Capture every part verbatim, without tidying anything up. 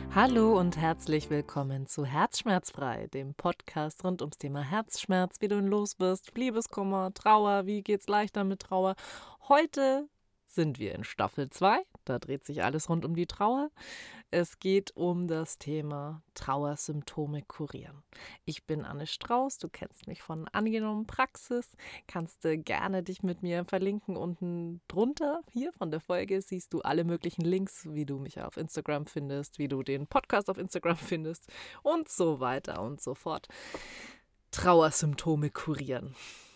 Hallo und herzlich willkommen zu Herzschmerzfrei, dem Podcast rund ums Thema Herzschmerz, wie du ihn los wirst, Liebeskummer, Trauer, wie geht's leichter mit Trauer. Heute sind wir in Staffel zwei, da dreht sich alles rund um die Trauer. Es geht um das Thema Trauersymptome kurieren. Ich bin Anne Strauß, du kennst mich von Angenommen Praxis, kannst du gerne dich mit mir verlinken. Unten drunter, hier von der Folge, siehst du alle möglichen Links, wie du mich auf Instagram findest, wie du den Podcast auf Instagram findest und so weiter und so fort. Trauersymptome kurieren.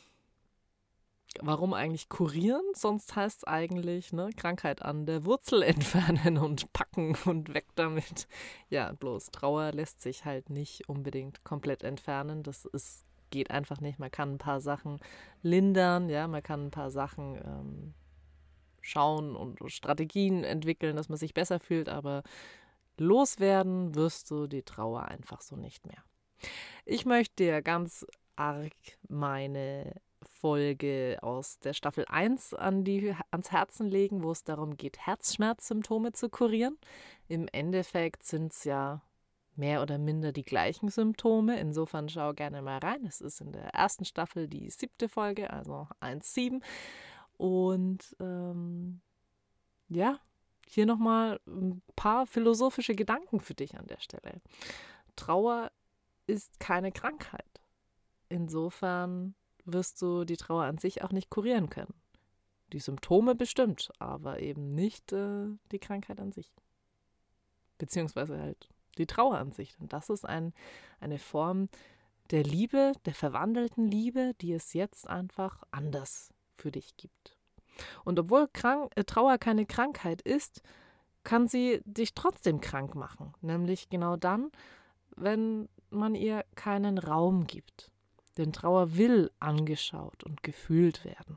Warum eigentlich kurieren? Sonst heißt es eigentlich, ne, Krankheit an der Wurzel entfernen und packen und weg damit. Ja, bloß Trauer lässt sich halt nicht unbedingt komplett entfernen. Das ist, geht einfach nicht. Man kann ein paar Sachen lindern, ja, man kann ein paar Sachen ähm, schauen und Strategien entwickeln, dass man sich besser fühlt, aber loswerden wirst du die Trauer einfach so nicht mehr. Ich möchte dir ganz arg meine Folge aus der Staffel eins an die, ans Herzen legen, wo es darum geht, Herzschmerzsymptome zu kurieren. Im Endeffekt sind es ja mehr oder minder die gleichen Symptome. Insofern schau gerne mal rein. Es ist in der ersten Staffel die siebte Folge, also eins sieben. Und ähm, ja, hier nochmal ein paar philosophische Gedanken für dich an der Stelle. Trauer ist keine Krankheit. Insofern wirst du die Trauer an sich auch nicht kurieren können. Die Symptome bestimmt, aber eben nicht äh, die Krankheit an sich. Beziehungsweise halt die Trauer an sich. Und das ist ein, eine Form der Liebe, der verwandelten Liebe, die es jetzt einfach anders für dich gibt. Und obwohl krank, äh, Trauer keine Krankheit ist, kann sie dich trotzdem krank machen. Nämlich genau dann, wenn man ihr keinen Raum gibt. Denn Trauer will angeschaut und gefühlt werden.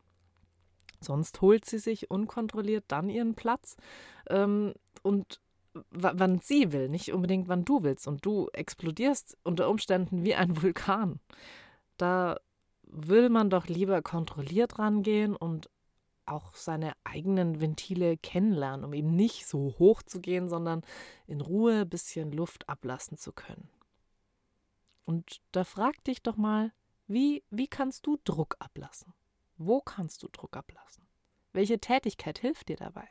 Sonst holt sie sich unkontrolliert dann ihren Platz ähm, und w- wann sie will, nicht unbedingt wann du willst. Und du explodierst unter Umständen wie ein Vulkan. Da will man doch lieber kontrolliert rangehen und auch seine eigenen Ventile kennenlernen, um eben nicht so hoch zu gehen, sondern in Ruhe ein bisschen Luft ablassen zu können. Und da frag dich doch mal, wie, wie kannst du Druck ablassen? Wo kannst du Druck ablassen? Welche Tätigkeit hilft dir dabei?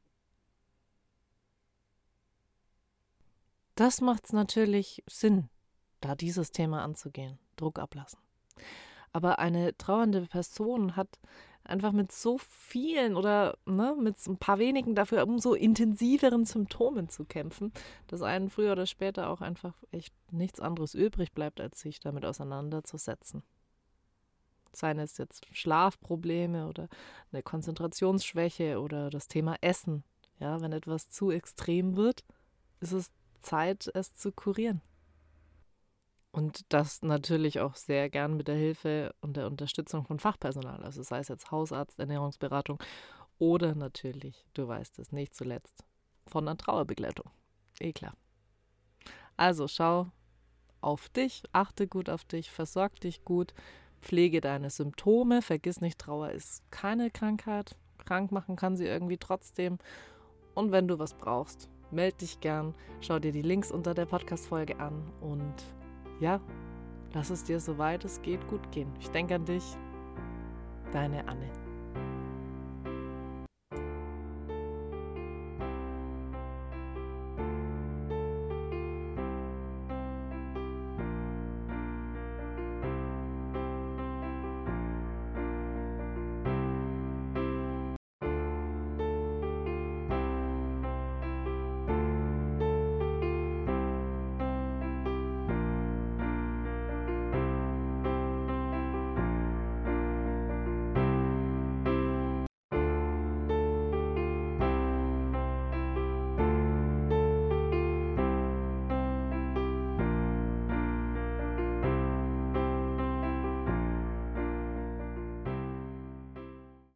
Das macht es natürlich Sinn, da dieses Thema anzugehen, Druck ablassen. Aber eine trauernde Person hat einfach mit so vielen oder ne, mit ein paar wenigen dafür umso intensiveren Symptomen zu kämpfen, dass einem früher oder später auch einfach echt nichts anderes übrig bleibt, als sich damit auseinanderzusetzen. Seien es jetzt Schlafprobleme oder eine Konzentrationsschwäche oder das Thema Essen. Ja, wenn etwas zu extrem wird, ist es Zeit, es zu kurieren. Und das natürlich auch sehr gern mit der Hilfe und der Unterstützung von Fachpersonal, also sei es jetzt Hausarzt, Ernährungsberatung oder natürlich, du weißt es, nicht zuletzt, von einer Trauerbegleitung. Eh klar. Also schau auf dich, achte gut auf dich, versorg dich gut, pflege deine Symptome, vergiss nicht, Trauer ist keine Krankheit, krank machen kann sie irgendwie trotzdem. Und wenn du was brauchst, melde dich gern, schau dir die Links unter der Podcast-Folge an und ja, lass es dir, soweit es geht, gut gehen. Ich denke an dich. Deine Anne.